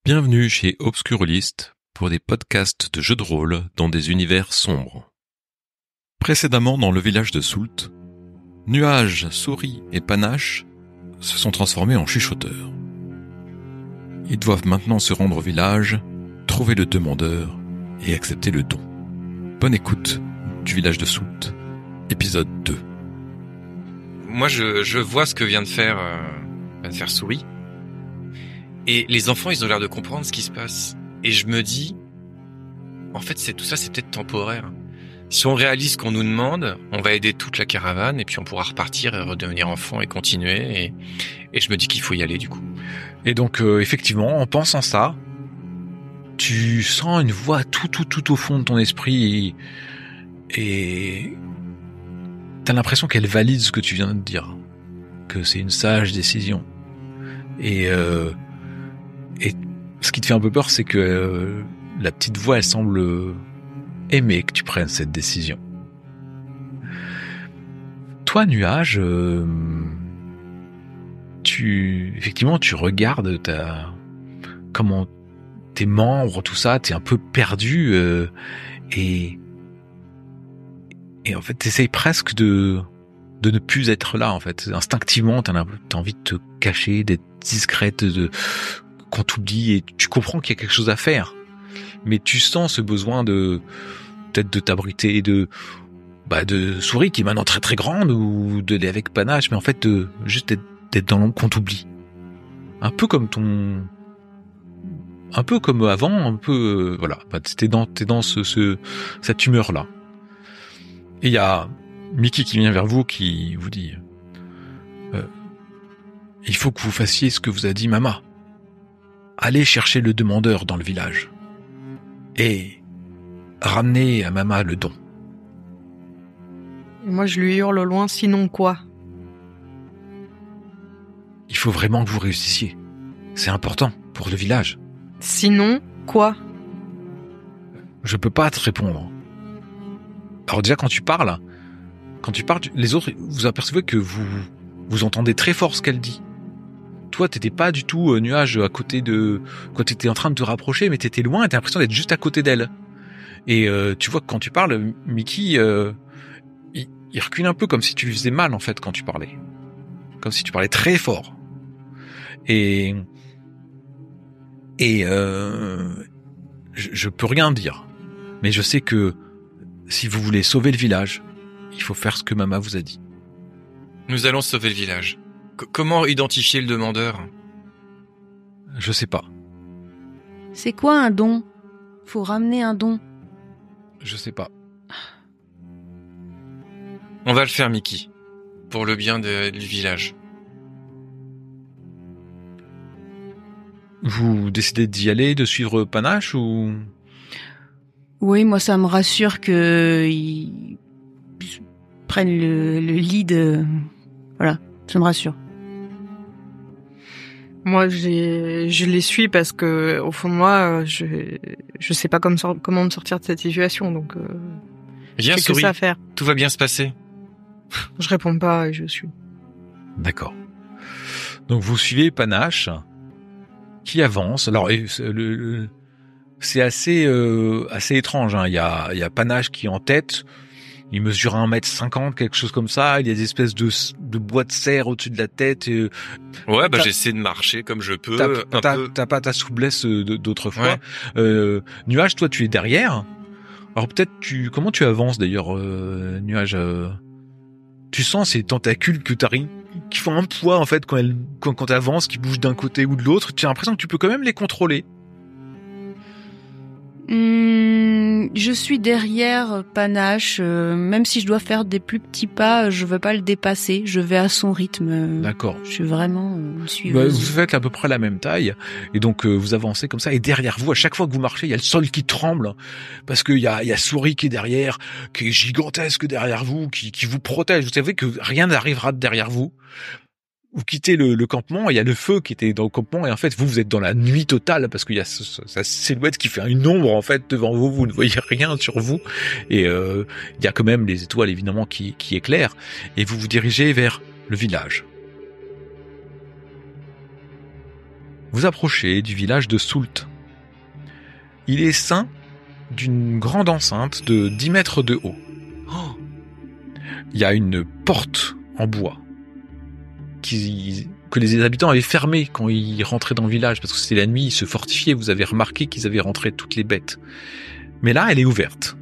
Bienvenue chez Obscurlist pour des podcasts de jeux de rôle dans des univers sombres. Précédemment dans le village de Soult, Nuage, Souris et Panache se sont transformés en chuchoteurs. Ils doivent maintenant se rendre au village, trouver le demandeur et accepter le don. Bonne écoute du village de Soult, épisode 2. Moi, je vois ce que vient de faire Souris. Et les enfants, ils ont l'air de comprendre ce qui se passe. Et je me dis, en fait, tout ça, c'est peut-être temporaire. Si on réalise ce qu'on nous demande, on va aider toute la caravane et puis on pourra repartir et redevenir enfant et continuer. Et je me dis qu'il faut y aller, du coup. Et donc, effectivement, en pensant ça, tu sens une voix tout au fond de ton esprit et t'as l'impression qu'elle valide ce que tu viens de dire. Que c'est une sage décision. Et ce qui te fait un peu peur, c'est que la petite voix, elle semble aimer que tu prennes cette décision. Toi, Nuage, tu regardes comment tes membres, tout ça, t'es un peu perdu et en fait, t'essayes presque de ne plus être là, en fait. Instinctivement, t'as envie de te cacher, d'être discrète, qu'on t'oublie, et tu comprends qu'il y a quelque chose à faire. Mais tu sens ce besoin peut-être de t'abriter, de Souris qui est maintenant très très grande, ou d'aller avec Panache, mais en fait, juste d'être dans l'ombre, qu'on t'oublie. Un peu comme avant, voilà. T'es dans cette humeur-là. Et il y a Mickey qui vient vers vous, qui vous dit il faut que vous fassiez ce que vous a dit Mama. Allez chercher le demandeur dans le village et ramenez à Mama le don. Et moi je lui hurle au loin, sinon quoi? Il faut vraiment que vous réussissiez. C'est important pour le village. Sinon quoi? Je peux pas te répondre. Alors déjà quand tu parles, les autres, vous apercevez que vous entendez très fort ce qu'elle dit. Toi, t'étais pas du tout Nuage à côté de... Quand t'étais en train de te rapprocher, mais t'étais loin et t'as l'impression d'être juste à côté d'elle. Et tu vois que quand tu parles, Mickey, il recule un peu comme si tu lui faisais mal, en fait, quand tu parlais. Comme si tu parlais très fort. Et je peux rien dire. Mais je sais que si vous voulez sauver le village, il faut faire ce que Mama vous a dit. Nous allons sauver le village. Comment identifier le demandeur? Je sais pas. C'est quoi un don? Faut ramener un don. Je sais pas. On va le faire, Mickey. Pour le bien du village. Vous décidez d'y aller, de suivre Panache ou... Oui, moi ça me rassure que ils prennent le lead. Voilà, ça me rassure. Moi je les suis parce que au fond de moi je sais pas comment me sortir de cette situation, donc Viens, j'ai que Souris. ça à faire. Tout va bien se passer. Je réponds pas et je suis. D'accord. Donc vous suivez Panache qui avance. Alors c'est assez étrange, hein. Il y a Panache qui est en tête. Il mesure 1m50, quelque chose comme ça. Il y a des espèces de bois de serre au-dessus de la tête. Ouais, j'essaie de marcher comme je peux. T'as pas ta souplesse d'autrefois. Ouais. Nuage, toi, tu es derrière. Alors peut-être comment tu avances d'ailleurs, Nuage? Tu sens ces tentacules qui font un poids en fait quand t'avances, qui bougent d'un côté ou de l'autre. Tu as l'impression que tu peux quand même les contrôler. Je suis derrière Panache, même si je dois faire des plus petits pas, je veux pas le dépasser, je vais à son rythme. D'accord. Je suis vraiment une suiveuse. Vous faites à peu près la même taille, et donc vous avancez comme ça, et derrière vous, à chaque fois que vous marchez, il y a le sol qui tremble, parce qu'il y a Souris qui est derrière, qui est gigantesque derrière vous, qui vous protège. Vous savez que rien n'arrivera derrière vous. Vous quittez le campement, il y a le feu qui était dans le campement, et en fait vous êtes dans la nuit totale parce qu'il y a sa silhouette qui fait une ombre en fait devant vous, vous ne voyez rien sur vous, et il y a quand même les étoiles évidemment qui éclairent, et vous vous dirigez vers le village. Vous approchez du village de Soult. Il est ceint d'une grande enceinte de 10 mètres de haut. Oh, Il y a une porte en bois que les habitants avaient fermée quand ils rentraient dans le village, parce que c'était la nuit, ils se fortifiaient. Vous avez remarqué qu'ils avaient rentré toutes les bêtes. Mais là, elle est ouverte.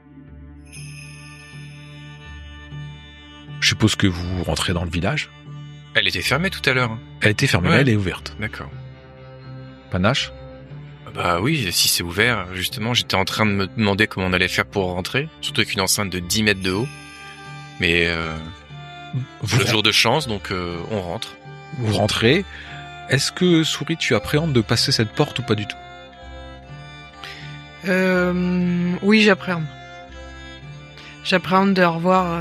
Je suppose que vous rentrez dans le village. elle était fermée tout à l'heure. Elle était fermée, Ouais. là, elle est ouverte. D'accord. Panache? Bah oui, si c'est ouvert, justement, j'étais en train de me demander comment on allait faire pour rentrer, surtout avec une enceinte de 10 mètres de haut. Mais Vous, le jour de chance, donc on rentre. vous rentrez. Est-ce que, Souris, tu appréhendes de passer cette porte ou pas du tout? Oui, j'appréhende. J'appréhende de revoir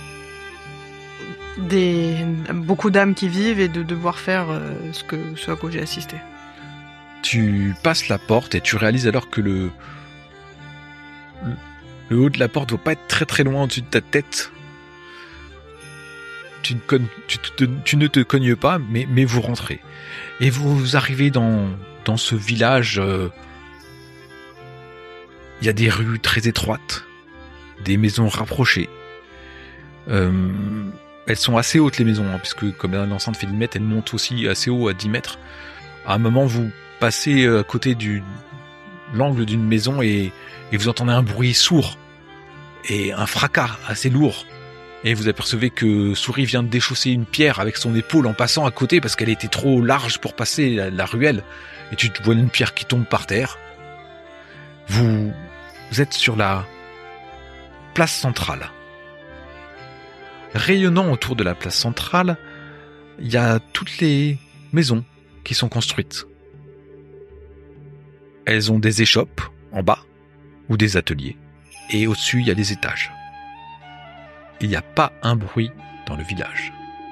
beaucoup d'âmes qui vivent et de devoir faire ce à quoi j'ai assisté. Tu passes la porte et tu réalises alors que le haut de la porte ne va pas être très très loin au-dessus de ta tête. Tu ne te cognes pas, mais vous rentrez. Et vous arrivez dans ce village. Il y a des rues très étroites, des maisons rapprochées. Elles sont assez hautes les maisons, hein, puisque comme l'enceinte fait 10 mètres, elles montent aussi assez haut à 10 mètres. À un moment, vous passez à côté l'angle d'une maison et vous entendez un bruit sourd et un fracas assez lourd. Et vous apercevez que Souris vient de déchausser une pierre avec son épaule en passant à côté parce qu'elle était trop large pour passer la ruelle. Et tu vois une pierre qui tombe par terre. Vous êtes sur la place centrale. Rayonnant autour de la place centrale, il y a toutes les maisons qui sont construites. Elles ont des échoppes en bas ou des ateliers. Et au-dessus, il y a des étages. Il n'y a pas un bruit dans le village.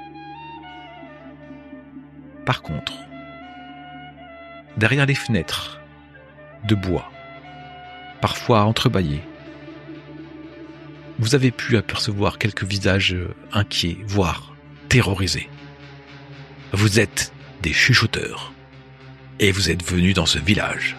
Par contre, derrière les fenêtres de bois, parfois entrebâillées, vous avez pu apercevoir quelques visages inquiets, voire terrorisés. Vous êtes des chuchoteurs, et vous êtes venus dans ce village.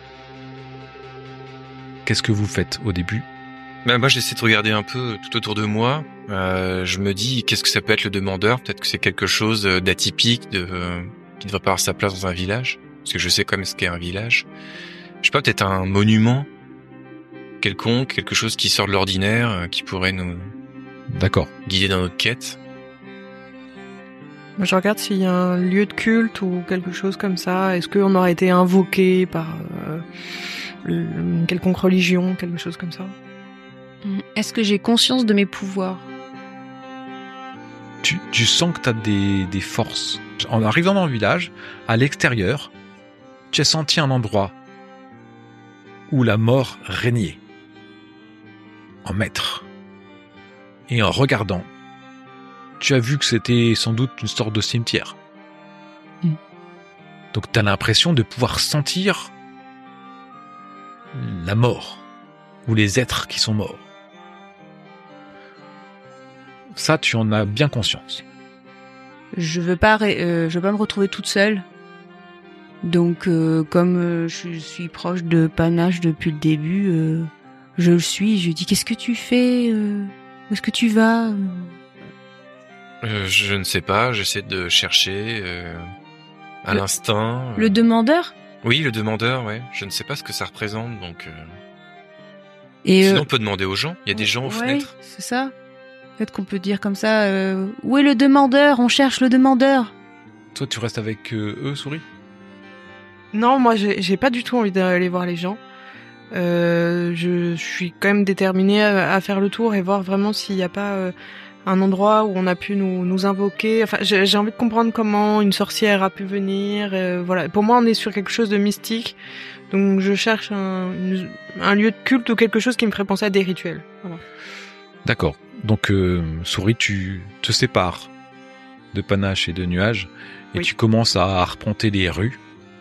Qu'est-ce que vous faites au début ? Ben, moi, j'essaie de regarder un peu tout autour de moi. Je me dis, qu'est-ce que ça peut être le demandeur ? Peut-être que c'est quelque chose d'atypique, qui ne va pas avoir sa place dans un village. Parce que je sais quand même ce qu'est un village. Je sais pas, peut-être un monument quelconque, quelque chose qui sort de l'ordinaire, qui pourrait nous D'accord. guider dans notre quête. Moi, je regarde s'il y a un lieu de culte ou quelque chose comme ça. Est-ce qu'on aurait été invoqué par une quelconque religion, quelque chose comme ça ? Est-ce que j'ai conscience de mes pouvoirs ? Tu sens que tu as des forces. En arrivant dans le village, à l'extérieur, tu as senti un endroit où la mort régnait. En maître. Et en regardant, tu as vu que c'était sans doute une sorte de cimetière. Donc tu as l'impression de pouvoir sentir la mort, ou les êtres qui sont morts. Ça, tu en as bien conscience. Je veux pas me retrouver toute seule. Donc, comme je suis proche de Panache depuis le début, je le suis. Je lui dis, qu'est-ce que tu fais ? Où est-ce que tu vas ? Je ne sais pas, j'essaie de chercher à l'instinct. Le demandeur ? Oui, le demandeur, ouais. Je ne sais pas ce que ça représente, donc... Et Sinon, on peut demander aux gens. Il y a des gens aux ouais, fenêtres. c'est ça. Peut-être qu'on peut dire comme ça, où est le demandeur ? On cherche le demandeur. Toi, tu restes avec eux, Souris ? Non, moi, j'ai pas du tout envie d'aller voir les gens. Je suis quand même déterminée à faire le tour et voir vraiment s'il n'y a pas un endroit où on a pu nous invoquer. Enfin, j'ai envie de comprendre comment une sorcière a pu venir. Voilà. Pour moi, on est sur quelque chose de mystique. Donc, je cherche un lieu de culte ou quelque chose qui me ferait penser à des rituels. Voilà. D'accord. Donc, Souris, tu te sépares de Panache et de Nuage et Oui. tu commences à arpenter les rues.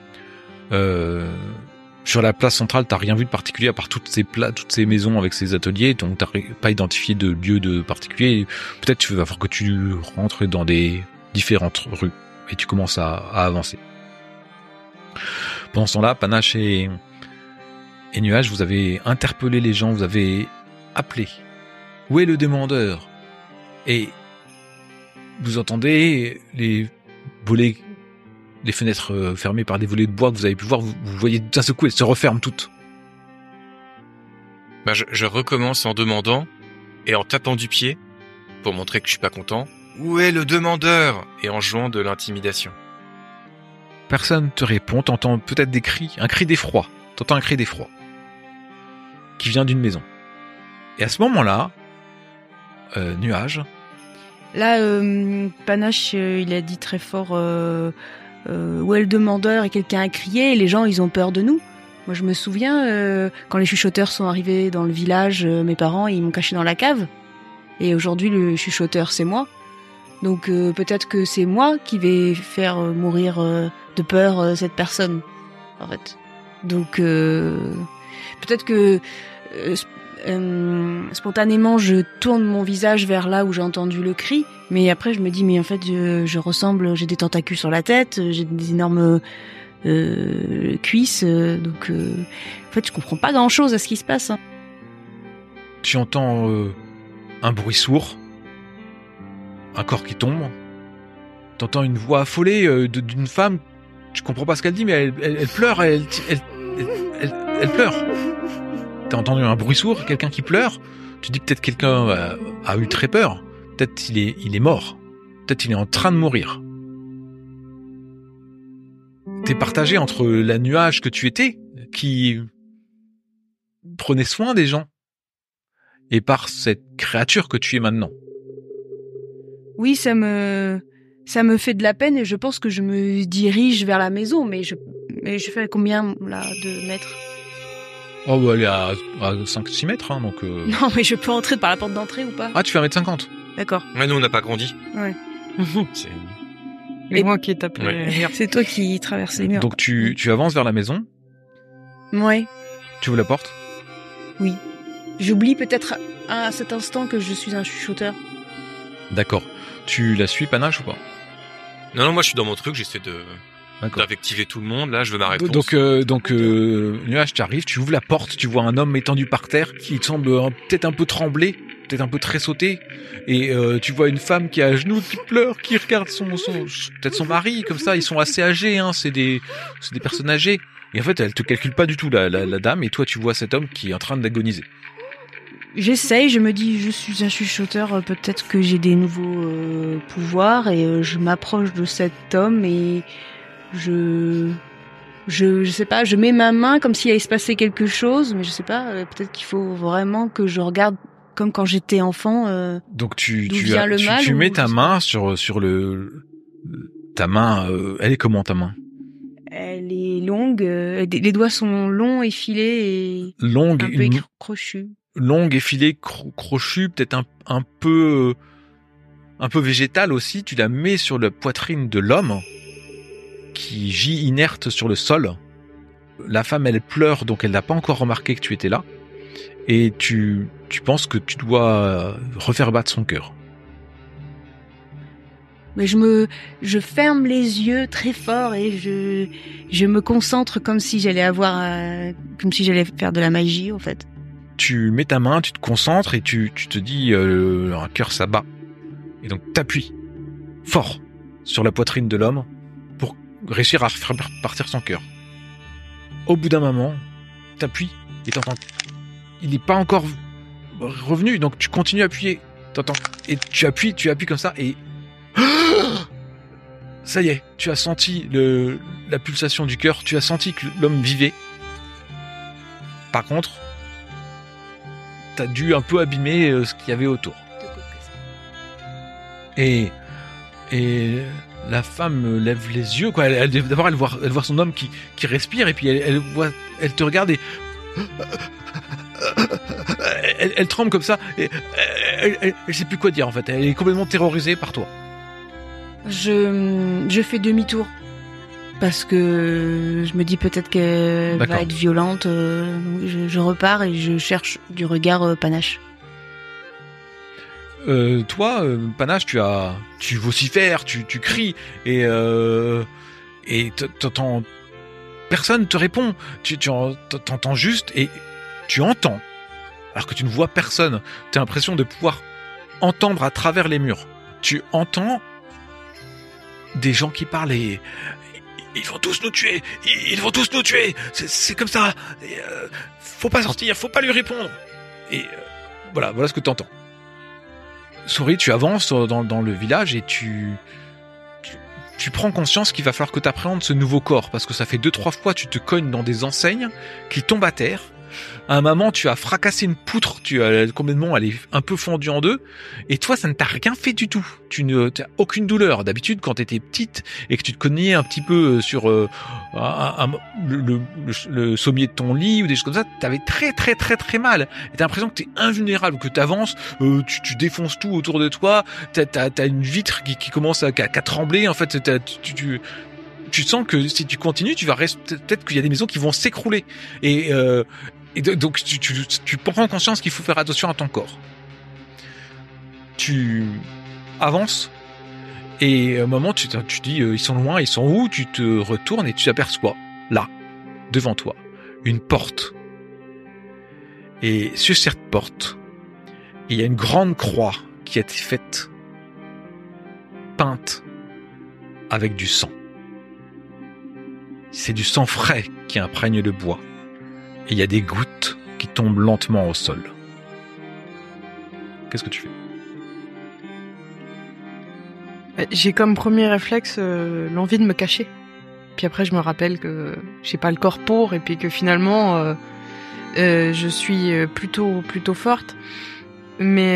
Sur la place centrale, t'as rien vu de particulier à part toutes ces maisons avec ces ateliers, donc t'as pas identifié de lieu de particulier. Peut-être tu vas falloir que tu rentres dans des différentes rues et tu commences à avancer. Pendant ce temps-là, Panache et Nuage, vous avez interpellé les gens, vous avez appelé. Où est le demandeur? Et vous entendez les volets, les fenêtres fermées par des volets de bois que vous avez pu voir, vous voyez d'un seul coup, elles se referment toutes. Bah, je recommence en demandant et en tapant du pied pour montrer que je suis pas content. Où est le demandeur? Et en jouant de l'intimidation. Personne te répond, t'entends peut-être des cris, un cri d'effroi. T'entends un cri d'effroi qui vient d'une maison. Et à ce moment-là, Nuage. Là, Panache, il a dit très fort où est le demandeur, et quelqu'un a crié, et les gens, ils ont peur de nous. Moi, je me souviens, quand les chuchoteurs sont arrivés dans le village, mes parents, ils m'ont caché dans la cave. Et aujourd'hui, le chuchoteur, c'est moi. Donc peut-être que c'est moi qui vais faire mourir de peur cette personne, en fait. Donc peut-être que spontanément je tourne mon visage vers là où j'ai entendu le cri, mais après je me dis mais en fait je ressemble, j'ai des tentacules sur la tête, j'ai des énormes cuisses, donc en fait je comprends pas grand-chose à ce qui se passe. Hein. Tu entends un bruit sourd, un corps qui tombe. T'entends une voix affolée d'une femme. Tu comprends pas ce qu'elle dit, mais elle pleure. Elle pleure. T'as entendu un bruit sourd, quelqu'un qui pleure. Tu dis peut-être quelqu'un a eu très peur. Peut-être il est mort. Peut-être il est en train de mourir. T'es partagé entre la Nuage que tu étais, qui prenait soin des gens, et par cette créature que tu es maintenant. Oui, ça me fait de la peine et je pense que je me dirige vers la maison, mais je fais combien là de mètres? Oh bah elle est à 5-6 mètres, hein, donc... Non, mais je peux entrer par la porte d'entrée ou pas? Ah, tu fais 1m50. D'accord. Ouais, nous on n'a pas grandi. Ouais. C'est... Et moi qui ai tapé. Ouais. C'est toi qui traverses les murs. Donc tu avances vers la maison, Ouais, tu ouvres la porte. oui. J'oublie peut-être à cet instant que je suis un chuchoteur. D'accord. Tu la suis, Panache, ou pas? Non, moi je suis dans mon truc, j'essaie D'accord. d'invectiver tout le monde, là je veux ma réponse. Donc Nuage, tu arrives, tu ouvres la porte, tu vois un homme étendu par terre qui semble peut-être un peu trembler, peut-être un peu tressauté, et tu vois une femme qui est à genoux, qui pleure, qui regarde peut-être son mari, comme ça, ils sont assez âgés, hein, c'est des personnes âgées. Et en fait, elle te calcule pas du tout, la dame, et toi tu vois cet homme qui est en train d'agoniser. J'essaye, je me dis, je suis un chuchoteur, peut-être que j'ai des nouveaux pouvoirs, et je m'approche de cet homme et je sais pas, je mets ma main comme s'il allait se passer quelque chose, mais je sais pas, peut-être qu'il faut vraiment que je regarde comme quand j'étais enfant. Donc tu mal, mets ou ta je sais main sur ta main, elle est comment ta main? Elle est longue, les doigts sont longs, effilés et Longue, un peu crochus. longue, effilée, crochue, peut-être un peu végétale aussi. Tu la mets sur la poitrine de l'homme qui gît inerte sur le sol. La femme, elle pleure, donc elle n'a pas encore remarqué que tu étais là. Et tu penses que tu dois refaire battre son cœur. Mais je ferme les yeux très fort et je me concentre comme si j'allais faire de la magie, en fait. Tu mets ta main, tu te concentres et tu te dis un cœur ça bat. Et donc t'appuies fort sur la poitrine de l'homme pour réussir à faire partir son cœur. Au bout d'un moment, t'appuies et t'entends. Il n'est pas encore revenu, donc tu continues à appuyer. T'entends et tu appuies comme ça et ça y est, tu as senti la pulsation du cœur, tu as senti que l'homme vivait. Par contre, t'as dû un peu abîmer ce qu'il y avait autour. Et la femme lève les yeux, quoi. D'abord, elle voit son homme qui respire, et puis elle te regarde et elle tremble comme ça. Et elle sait plus quoi dire en fait. Elle est complètement terrorisée par toi. Je fais demi-tour parce que je me dis peut-être qu'elle va être violente. Je repars et je cherche du regard Panache. Toi, Panache, tu vocifères, tu cries et t'entends personne te répond. T'entends juste et tu entends. Alors que tu ne vois personne. Tu as l'impression de pouvoir entendre à travers les murs. Tu entends des gens qui parlent et ils vont tous nous tuer. Ils vont tous nous tuer. C'est comme ça. Et, faut pas sortir, faut pas lui répondre. Et voilà ce que tu entends. Souris, tu avances dans le village et tu prends conscience qu'il va falloir que tu appréhendes ce nouveau corps parce que ça fait 2-3 fois tu te cognes dans des enseignes qui tombent à terre. À un moment, tu as fracassé une poutre, complètement, elle est un peu fendue en deux, et toi, ça ne t'a rien fait du tout. Tu n'as aucune douleur. D'habitude, quand tu étais petite et que tu te cognais un petit peu sur le sommier de ton lit ou des choses comme ça, t'avais très très très très mal. Et t'as l'impression que t'es invulnérable, que t'avances, tu défonces tout autour de toi. T'as une vitre qui commence à trembler. En fait, tu sens que si tu continues, tu vas peut-être qu'il y a des maisons qui vont s'écrouler. Et donc tu prends conscience qu'il faut faire attention à ton corps. Tu avances et à un moment tu dis ils sont loin, ils sont où? Tu te retournes et tu aperçois là, devant toi, une porte. Et sur cette porte, il y a une grande croix qui a été faite, peinte avec du sang. C'est du sang frais qui imprègne le bois. Et il y a des gouttes qui tombent lentement au sol. Qu'est-ce que tu fais? J'ai comme premier réflexe l'envie de me cacher. Puis après, je me rappelle que j'ai pas le corps pour, et puis que finalement, je suis plutôt forte. Mais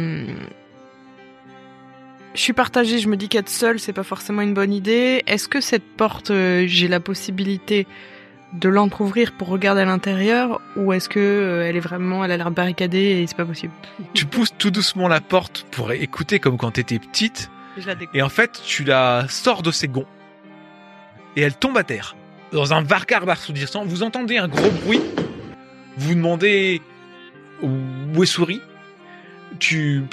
je suis partagée. Je me dis qu'être seule, c'est pas forcément une bonne idée. Est-ce que cette porte, j'ai la possibilité de l'entrouvrir pour regarder à l'intérieur, ou est-ce que elle a l'air barricadée et c'est pas possible? Tu pousses tout doucement la porte pour écouter comme quand t'étais petite, et en fait tu la sors de ses gonds et elle tombe à terre dans un vacarme assourdissant. Vous entendez un gros bruit, vous vous demandez où est Souris. Tu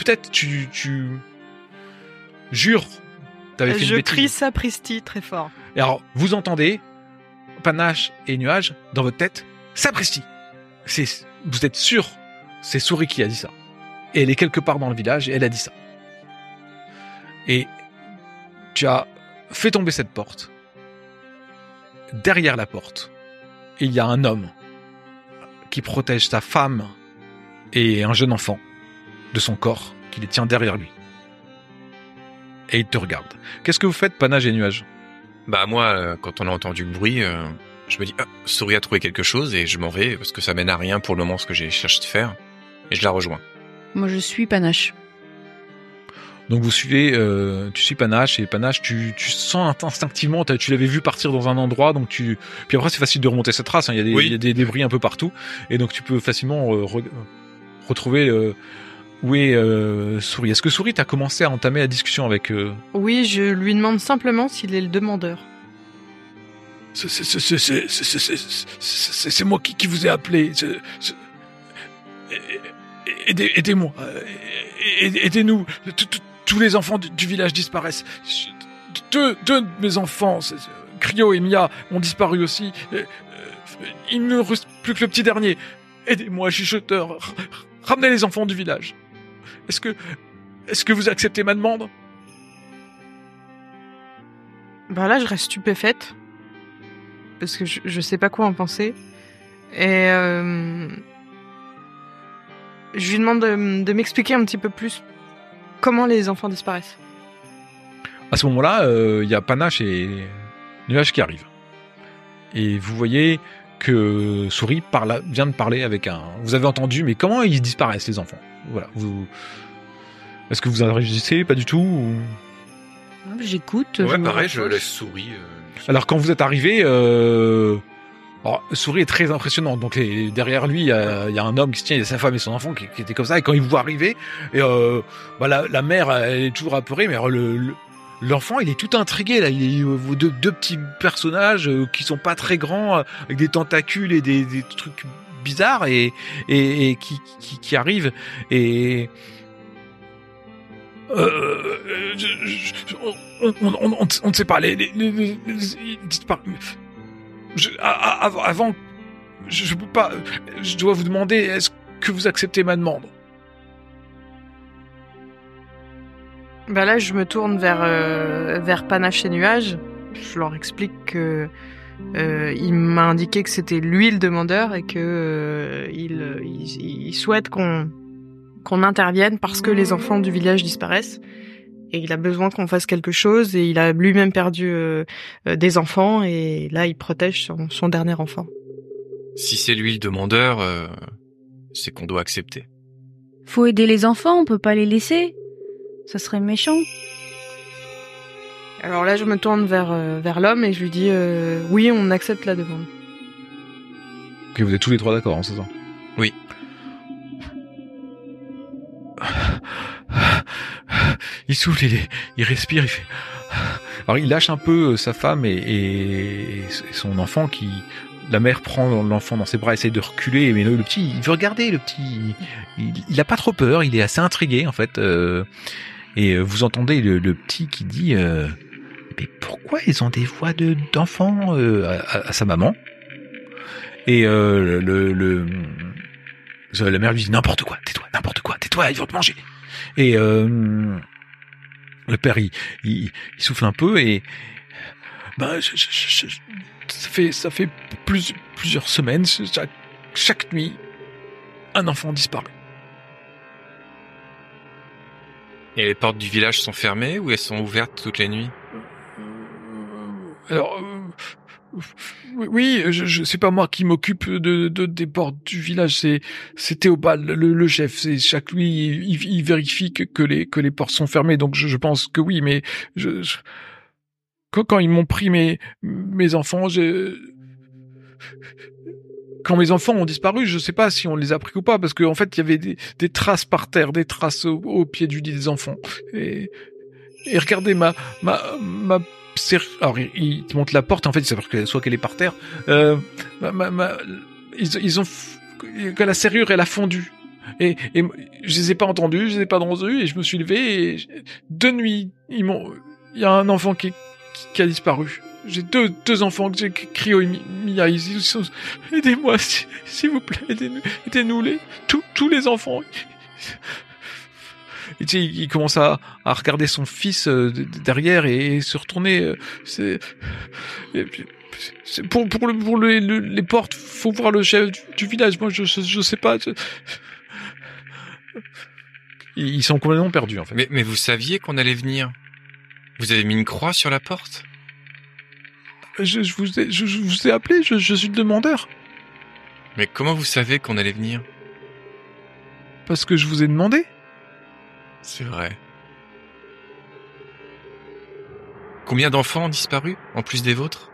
jures t'avais fait une bêtise. Je crie sapristi très fort. Et alors vous entendez Panache et Nuage dans votre tête, sapristi. Vous êtes sûr, c'est Souris qui a dit ça. Et elle est quelque part dans le village et elle a dit ça. Et tu as fait tomber cette porte. Derrière la porte, il y a un homme qui protège sa femme et un jeune enfant de son corps qui les tient derrière lui. Et il te regarde. Qu'est-ce que vous faites, Panache et Nuage? Bah moi, quand on a entendu le bruit, je me dis Souris a trouvé quelque chose et je m'en vais parce que ça mène à rien pour le moment ce que j'ai cherché de faire, et je la rejoins. Moi, je suis Panache. Donc vous suivez, tu suis Panache, et Panache, tu sens instinctivement, tu l'avais vu partir dans un endroit, donc puis après c'est facile de remonter cette trace, hein, il y a des débris un peu partout, et donc tu peux facilement retrouver où est Souris. Est-ce que Souris t'as commencé à entamer la discussion avec Oui, je lui demande simplement s'il est le demandeur. C'est moi qui vous ai appelé. Aidez-moi. Aidez-nous. Tous les enfants du village disparaissent. Deux de mes enfants, Cryo et Mia, ont disparu aussi. Il ne reste plus que le petit dernier. Aidez-moi, chuchoteur. Ramenez les enfants du village. Est-ce que vous acceptez ma demande? Bah là, je reste stupéfaite. Parce que je sais pas quoi en penser. Et je lui demande de m'expliquer un petit peu plus comment les enfants disparaissent. À ce moment-là, il y a Panache et Nuage qui arrivent. Et vous voyez que Souris vient de parler avec un... Vous avez entendu, mais comment ils disparaissent, les enfants? Voilà. Est-ce que vous enregistrez? Pas du tout ou... J'écoute. Ouais, pareil, je laisse Souris. Alors, quand vous êtes arrivé, Souris est très impressionnant. Donc, derrière lui, il y a un homme qui se tient, il y a sa femme et son enfant qui étaient comme ça. Et quand il vous voit arriver, la mère, elle est toujours apeurée, mais l'enfant, il est tout intrigué, là. Il est deux petits personnages qui sont pas très grands, avec des tentacules et des trucs bizarres et qui arrivent. Et on ne sait pas, ils disparaissent. Avant, je peux pas. Je dois vous demander, est-ce que vous acceptez ma demande? Bah là, je me tourne vers Panache et Nuage. Je leur explique que il m'a indiqué que c'était lui le demandeur et que il souhaite qu'on intervienne parce que les enfants du village disparaissent et il a besoin qu'on fasse quelque chose et il a lui-même perdu des enfants et là il protège son dernier enfant. Si c'est lui le demandeur, c'est qu'on doit accepter. Faut aider les enfants, on peut pas les laisser. Ça serait méchant. Alors là, je me tourne vers l'homme et je lui dis oui, on accepte la demande. Ok, vous êtes tous les trois d'accord, hein, c'est ça? Oui. Il souffle, il respire, il fait. Alors il lâche un peu sa femme et son enfant qui. La mère prend l'enfant dans ses bras, essaye de reculer, mais le petit, il veut regarder, le petit, il a pas trop peur, il est assez intrigué en fait. Et vous entendez le petit qui dit mais pourquoi ils ont des voix d'enfants à sa maman? Et la mère lui dit n'importe quoi, tais-toi, ils vont te manger. Et le père il souffle un peu et ça fait plusieurs semaines, chaque nuit, un enfant disparaît. Et les portes du village sont fermées ou elles sont ouvertes toutes les nuits? Alors, oui, c'est pas moi qui m'occupe des portes du village, c'est Théobald, le chef. C'est chaque nuit, il vérifie que les portes sont fermées. Donc je pense que oui, mais quand ils m'ont pris mes enfants, quand mes enfants ont disparu, je sais pas si on les a pris ou pas, parce qu'en fait, il y avait des traces par terre, des traces au pied du lit des enfants. Et regardez alors, il te montre la porte, en fait, c'est parce que soit qu'elle est par terre, ils ont, que la serrure, elle a fondu. Et je les ai pas entendus, je les ai pas entendus, et je me suis levé, et de nuit, il y a un enfant qui a disparu. J'ai deux enfants que j'ai crié au Mia. Aidez-moi, s'il vous plaît, aidez-nous tous les enfants. Et tu sais, il commence à regarder son fils derrière et se retourner. Pour les portes, faut voir le chef du village. Moi, je sais pas. Ils sont complètement perdus en fait. Mais vous saviez qu'on allait venir? Vous avez mis une croix sur la porte? Je vous ai appelé, je suis le demandeur. Mais comment vous savez qu'on allait venir? Parce que je vous ai demandé. C'est vrai. Combien d'enfants ont disparu, en plus des vôtres?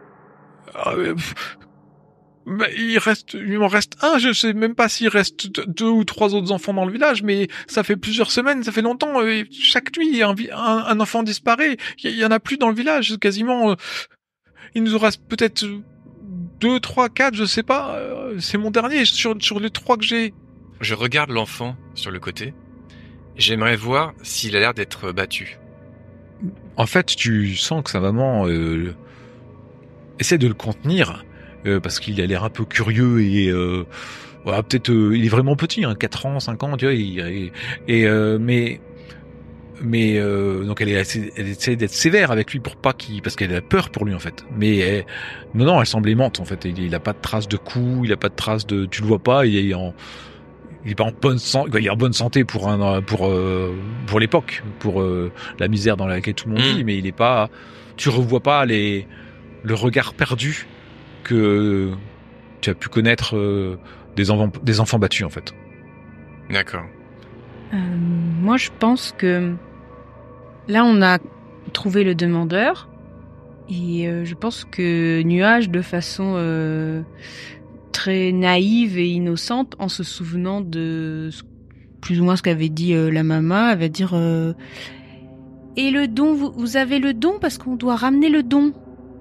Il m'en reste un, je sais même pas s'il reste 2 ou 3 autres enfants dans le village, mais ça fait plusieurs semaines, ça fait longtemps, et chaque nuit, un enfant disparaît, il y en a plus dans le village, quasiment, il nous en reste peut-être 2, 3, 4, je sais pas, c'est mon dernier, sur les 3 que j'ai. Je regarde l'enfant sur le côté, j'aimerais voir s'il a l'air d'être battu. En fait, tu sens que sa maman essaie de le contenir, parce qu'il a l'air un peu curieux et voilà, peut-être il est vraiment petit, hein, 4 ans, 5 ans, tu vois, mais donc elle essaie d'être sévère avec lui pour pas parce qu'elle a peur pour lui en fait. Mais non, elle semble aimante en fait. Il a pas de traces de coups, il a pas de traces de, tu le vois pas, il est pas en bonne santé, il est en bonne santé pour l'époque, pour la misère dans laquelle tout le monde vit, mais il est pas, tu revois pas le regard perdu que tu as pu connaître des enfants battus en fait. D'accord. Moi je pense que là on a trouvé le demandeur et je pense que Nuage, de façon très naïve et innocente, en se souvenant de plus ou moins ce qu'avait dit la maman, elle va dire et le don, vous avez le don parce qu'on doit ramener le don.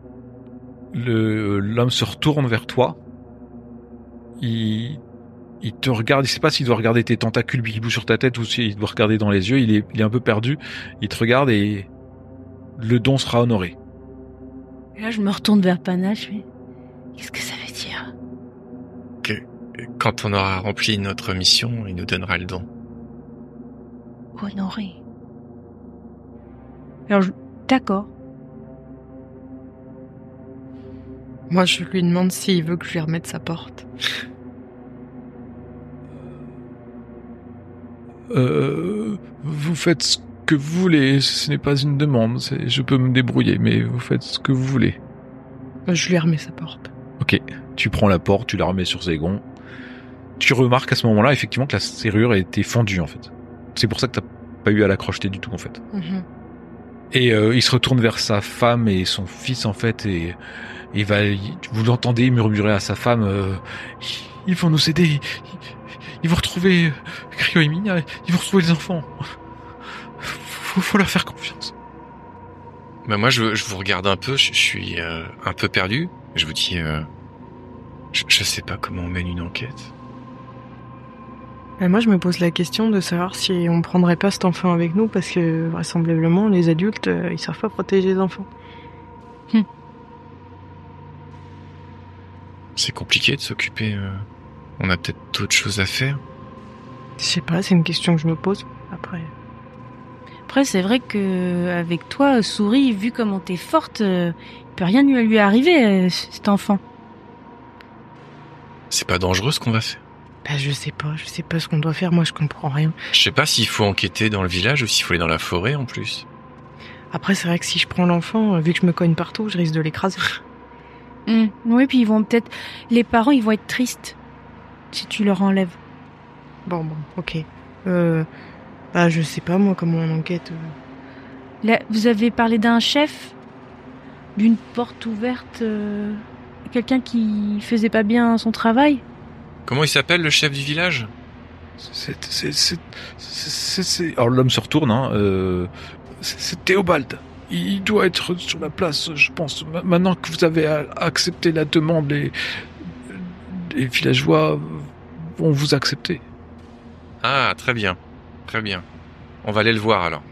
L'homme se retourne vers toi. Il te regarde, il sait pas s'il doit regarder tes tentacules qui bougent sur ta tête ou s'il doit regarder dans les yeux, il est un peu perdu. Il te regarde et le don sera honoré. Et là je me retourne vers Panache, Qu'est-ce que ça veut dire? Quand on aura rempli notre mission, il nous donnera le don. Honoré. Alors, d'accord. Moi, je lui demande s'il veut que je lui remette sa porte. Vous faites ce que vous voulez, ce n'est pas une demande, je peux me débrouiller, mais vous faites ce que vous voulez. Je lui remets sa porte. Ok, tu prends la porte, tu la remets sur ses gonds. Tu remarques à ce moment-là, effectivement, que la serrure était fendue, en fait. C'est pour ça que t'as pas eu à la crocheter du tout, en fait. Mhm. Et il se retourne vers sa femme et son fils, en fait, et vous l'entendez murmurer à sa femme, ils vont nous aider, ils vont retrouver Cryo et Minia, ils vont retrouver les enfants. Faut leur faire confiance. Bah moi, je vous regarde un peu, je suis un peu perdu. Je vous dis, je sais pas comment on mène une enquête. Moi, je me pose la question de savoir si on prendrait pas cet enfant avec nous, parce que vraisemblablement, les adultes, ils savent pas protéger les enfants. C'est compliqué de s'occuper. On a peut-être d'autres choses à faire. Je sais pas, c'est une question que je me pose. Après, C'est vrai que avec toi, Souris, vu comment t'es forte, il peut rien lui arriver, cet enfant. C'est pas dangereux ce qu'on va faire. je sais pas ce qu'on doit faire. Moi, je comprends rien. Je sais pas s'il faut enquêter dans le village ou s'il faut aller dans la forêt en plus. Après, c'est vrai que si je prends l'enfant, vu que je me cogne partout, je risque de l'écraser. Oui, puis les parents, ils vont être tristes si tu leur enlèves. Bon, ok. Je sais pas, moi, comment on enquête. Là, vous avez parlé d'un chef, d'une porte ouverte, quelqu'un qui faisait pas bien son travail. Comment il s'appelle le chef du village? Alors l'homme se retourne, c'est Théobald. Il doit être sur la place, je pense. Maintenant que vous avez accepté la demande, les villageois vont vous accepter. Ah, très bien. Très bien. On va aller le voir alors.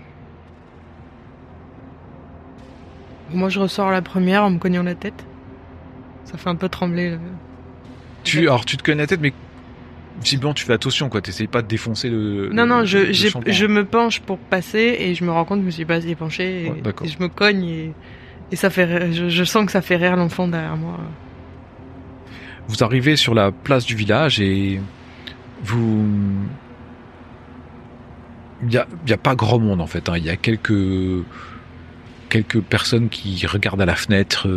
Moi, je ressors la première en me cognant la tête. Ça fait un peu trembler. Alors tu te cognes la tête, mais visiblement tu fais attention, quoi. T'essayes pas de défoncer le. Non, le shampoing. je me penche pour passer et je me rends compte que je me suis pas assez penché Ouais, d'accord. et je me cogne et ça fait je sens que ça fait rire l'enfant derrière moi. Vous arrivez sur la place du village et il y a pas grand monde en fait. Il y a quelques personnes qui regardent à la fenêtre,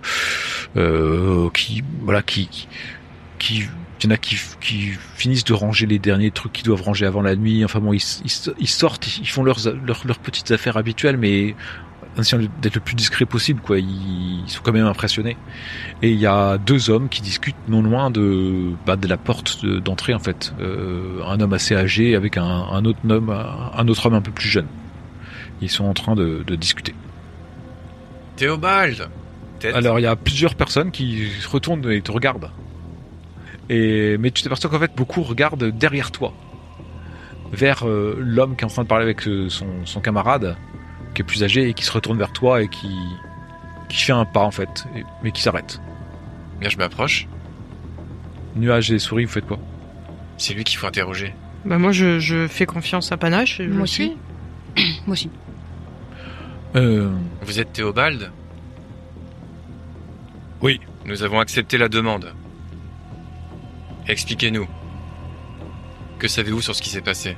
il y en a qui finissent de ranger les derniers trucs qu'ils doivent ranger avant la nuit. Enfin bon, ils sortent, ils font leurs petites affaires habituelles, mais en essayant d'être le plus discret possible, quoi. Ils sont quand même impressionnés. Et il y a deux hommes qui discutent non loin de la porte d'entrée, en fait. Un homme assez âgé avec un autre homme un peu plus jeune. Ils sont en train de discuter. Théobald! Alors il y a plusieurs personnes qui se retournent et te regardent. Mais tu t'aperçois qu'en fait beaucoup regardent derrière toi, vers l'homme qui est en train de parler avec son camarade, qui est plus âgé et qui se retourne vers toi et qui fait un pas en fait, mais qui s'arrête. Bien, je m'approche. Nuage et Souris, vous faites quoi? C'est lui qu'il faut interroger. Moi, je fais confiance à Panache. Moi aussi. Moi aussi. Vous êtes Théobald? Oui. Nous avons accepté la demande. Expliquez-nous. Que savez-vous sur ce qui s'est passé?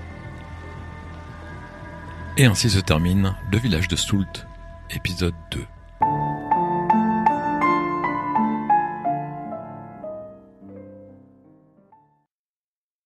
Et ainsi se termine Le Village de Soult, épisode 2.